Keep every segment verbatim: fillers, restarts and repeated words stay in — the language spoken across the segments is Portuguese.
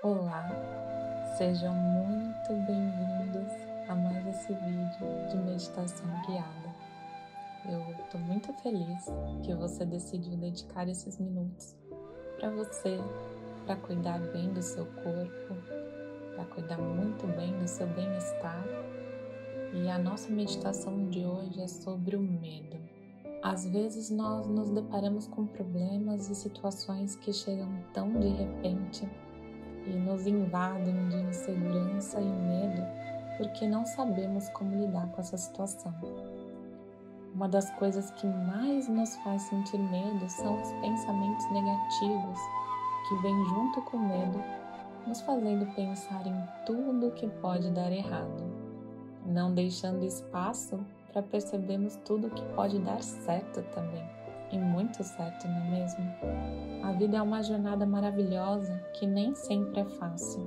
Olá, sejam muito bem-vindos a mais esse vídeo de meditação guiada. Eu estou muito feliz que você decidiu dedicar esses minutos para você, para cuidar bem do seu corpo, para cuidar muito bem do seu bem-estar. E a nossa meditação de hoje é sobre o medo. Às vezes nós nos deparamos com problemas e situações que chegam tão de repente e nos invadem de insegurança e medo porque não sabemos como lidar com essa situação. Uma das coisas que mais nos faz sentir medo são os pensamentos negativos que vêm junto com o medo, nos fazendo pensar em tudo que pode dar errado, não deixando espaço para percebermos tudo que pode dar certo também, e muito certo, não é mesmo? A vida é uma jornada maravilhosa que nem sempre é fácil,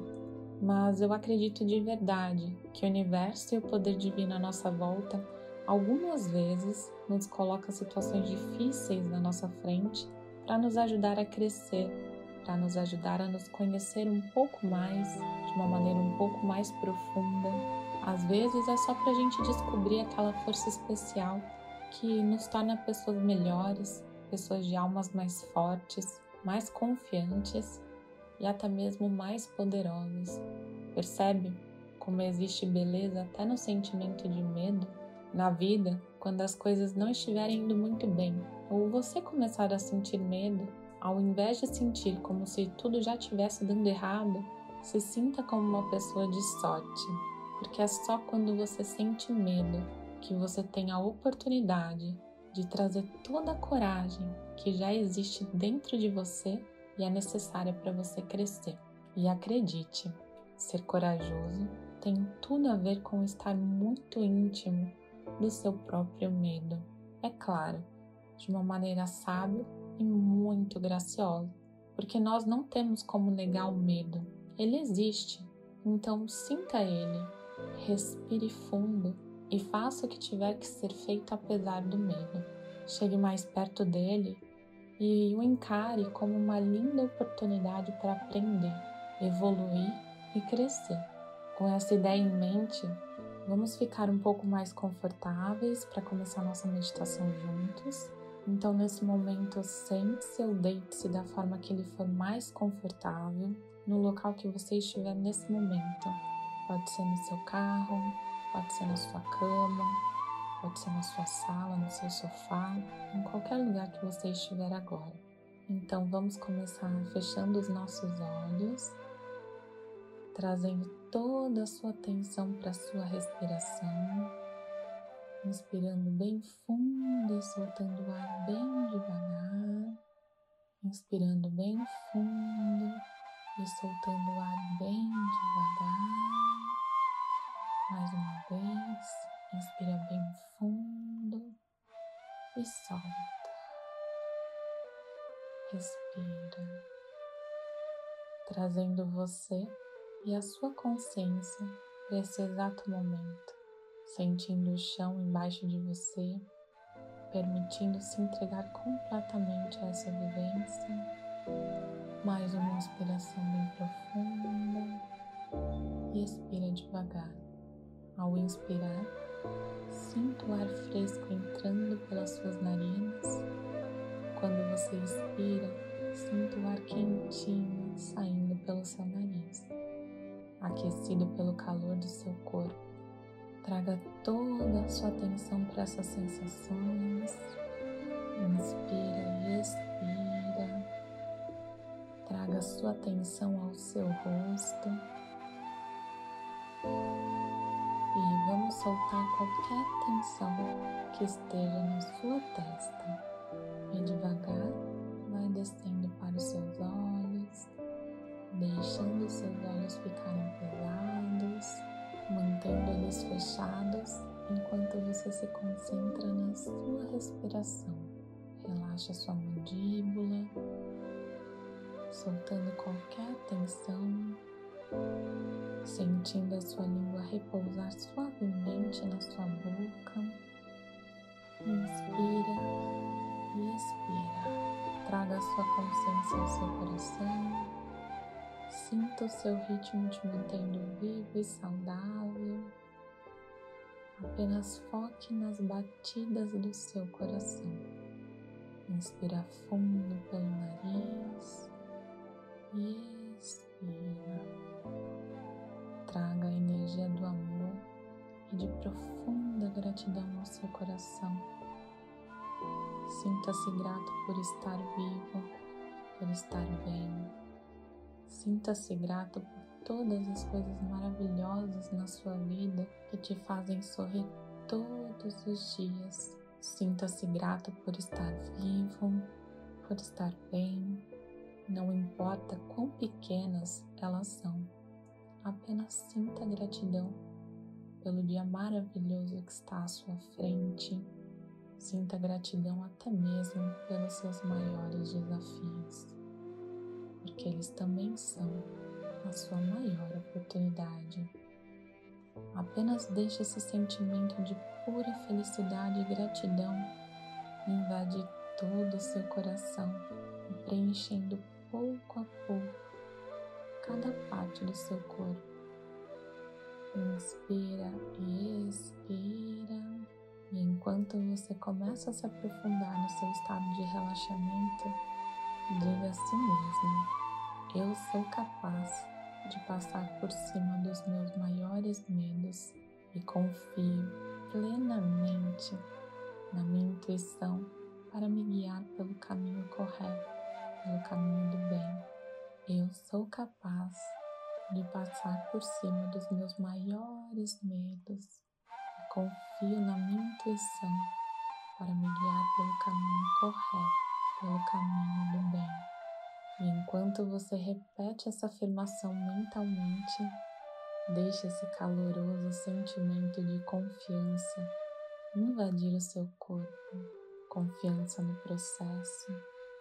mas eu acredito de verdade que o universo e o poder divino à nossa volta algumas vezes nos coloca situações difíceis na nossa frente para nos ajudar a crescer, para nos ajudar a nos conhecer um pouco mais, de uma maneira um pouco mais profunda. Às vezes é só para a gente descobrir aquela força especial que nos torna pessoas melhores, pessoas de almas mais fortes, mais confiantes e até mesmo mais poderosas. Percebe como existe beleza até no sentimento de medo? Na vida, quando as coisas não estiverem indo muito bem, ou você começar a sentir medo, ao invés de sentir como se tudo já estivesse dando errado, se sinta como uma pessoa de sorte, porque é só quando você sente medo que você tem a oportunidade de trazer toda a coragem que já existe dentro de você e é necessária para você crescer. E acredite, ser corajoso tem tudo a ver com estar muito íntimo do seu próprio medo. É claro, de uma maneira sábia e muito graciosa, porque nós não temos como negar o medo. Ele existe, então sinta ele, respire fundo e faça o que tiver que ser feito apesar do medo. Chegue mais perto dele e o encare como uma linda oportunidade para aprender, evoluir e crescer. Com essa ideia em mente, vamos ficar um pouco mais confortáveis para começar nossa meditação juntos. Então, nesse momento, sente-se ou deite-se da forma que lhe for mais confortável, no local que você estiver nesse momento. Pode ser no seu carro, pode ser na sua cama, pode ser na sua sala, no seu sofá, em qualquer lugar que você estiver agora. Então vamos começar fechando os nossos olhos, trazendo toda a sua atenção para a sua respiração, inspirando bem fundo e soltando o ar bem devagar, inspirando bem fundo e soltando o ar bem devagar. Mais uma vez, inspira bem fundo e solta. Respira, trazendo você e a sua consciência para esse exato momento, sentindo o chão embaixo de você, permitindo se entregar completamente a essa vivência. Mais uma inspiração bem profunda e expira devagar. Ao inspirar, sinta o ar fresco entrando pelas suas narinas. Quando você expira, sinta o ar quentinho saindo pelo seu nariz. Aquecido pelo calor do seu corpo, traga toda a sua atenção para essas sensações. Inspira e expira. Traga a sua atenção ao seu rosto. E vamos soltar qualquer tensão que esteja na sua testa. E devagar vai descendo para os seus olhos, deixando os seus olhos ficarem pesados, mantendo eles fechados enquanto você se concentra na sua respiração. Relaxa sua mandíbula, soltando qualquer tensão, sentindo a sua língua repousar suavemente na sua boca. Inspira e expira. Traga a sua consciência ao seu coração. Sinta o seu ritmo te mantendo vivo e saudável. Apenas foque nas batidas do seu coração. Inspira fundo pelo nariz e expira. Traga a energia do amor e de profunda gratidão ao seu coração. Sinta-se grato por estar vivo, por estar bem. Sinta-se grato por todas as coisas maravilhosas na sua vida que te fazem sorrir todos os dias. Sinta-se grato por estar vivo, por estar bem. Não importa quão pequenas elas são, apenas sinta gratidão pelo dia maravilhoso que está à sua frente. Sinta gratidão até mesmo pelos seus maiores desafios, porque eles também são a sua maior oportunidade. Apenas deixe esse sentimento de pura felicidade e gratidão invadir todo o seu coração e preenchendo pouco a pouco cada parte do seu corpo. Inspira e expira, e enquanto você começa a se aprofundar no seu estado de relaxamento, diga a si mesmo: eu sou capaz de passar por cima dos meus maiores medos e confio plenamente na minha intuição para me guiar pelo caminho correto, pelo caminho do bem. Eu sou capaz de passar por cima dos meus maiores medos e confio na minha intuição para me guiar pelo caminho correto, pelo caminho do bem. E enquanto você repete essa afirmação mentalmente, deixe esse caloroso sentimento de confiança invadir o seu corpo, confiança no processo,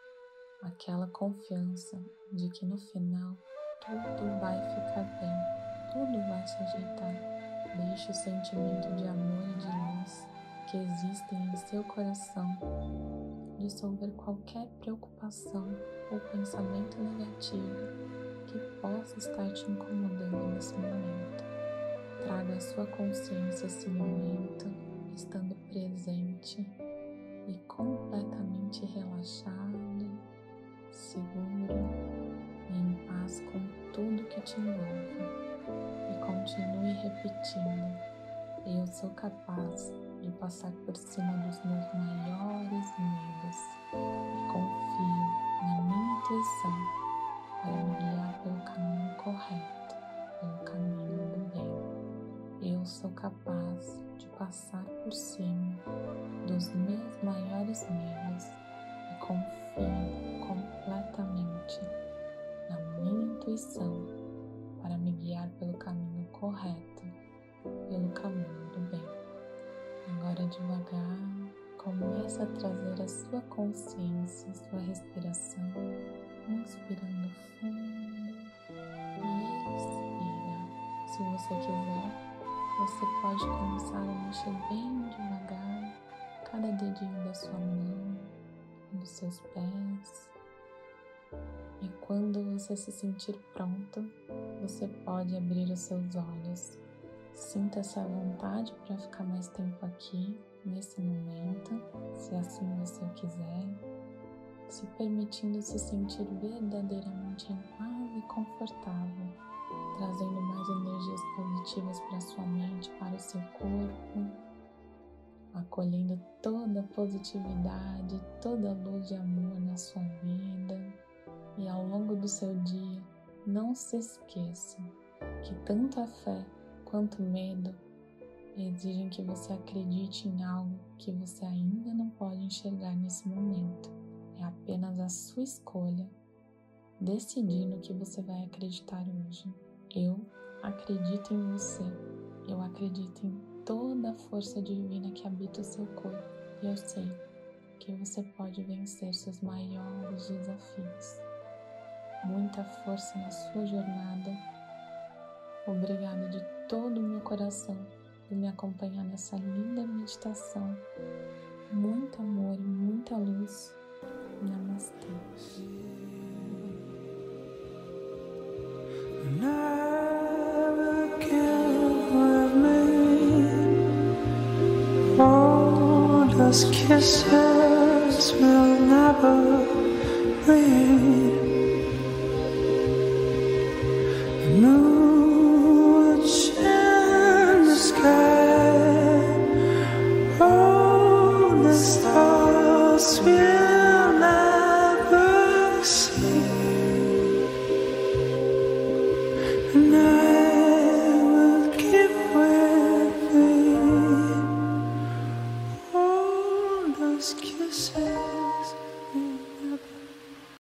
aquela confiança de que no final tudo vai ficar bem, tudo vai se ajeitar. Deixe o sentimento de amor e de luz que existem em seu coração dissolver qualquer preocupação ou pensamento negativo que possa estar te incomodando nesse momento. Traga à sua consciência esse momento, estando presente e completamente relaxado, seguro e em paz com tudo que te envolve. E continue repetindo: eu sou capaz de passar por cima dos meus maiores medos e confio na minha intuição para me guiar pelo caminho correto, pelo caminho do bem. Eu sou capaz de passar por cima dos meus maiores medos e confio completamente na minha intuição para me guiar pelo caminho correto, pelo caminho do bem. Agora, devagar, começa a trazer a sua consciência, a sua respiração, inspirando fundo e expira. Se você quiser, você pode começar a mexer bem devagar cada dedinho da sua mão, dos seus pés. E quando você se sentir pronto, você pode abrir os seus olhos. Sinta-se à vontade para ficar mais tempo aqui, nesse momento, se assim você o quiser, se permitindo se sentir verdadeiramente em paz e confortável, trazendo mais energias positivas para a sua mente, para o seu corpo, acolhendo toda a positividade, toda a luz de amor na sua vida. E ao longo do seu dia, não se esqueça que tanto a fé quanto o medo exigem que você acredite em algo que você ainda não pode enxergar nesse momento. É apenas a sua escolha decidir no que você vai acreditar hoje. Eu acredito em você. Eu acredito em toda a força divina que habita o seu corpo. E eu sei que você pode vencer seus maiores desafios. Muita força na sua jornada. Obrigada de todo o meu coração por me acompanhar nessa linda meditação. Muito amor e muita luz. Namastê. kisses will never bring the moon in the sky. Oh, the stars will never see, and I will keep with me all those kisses.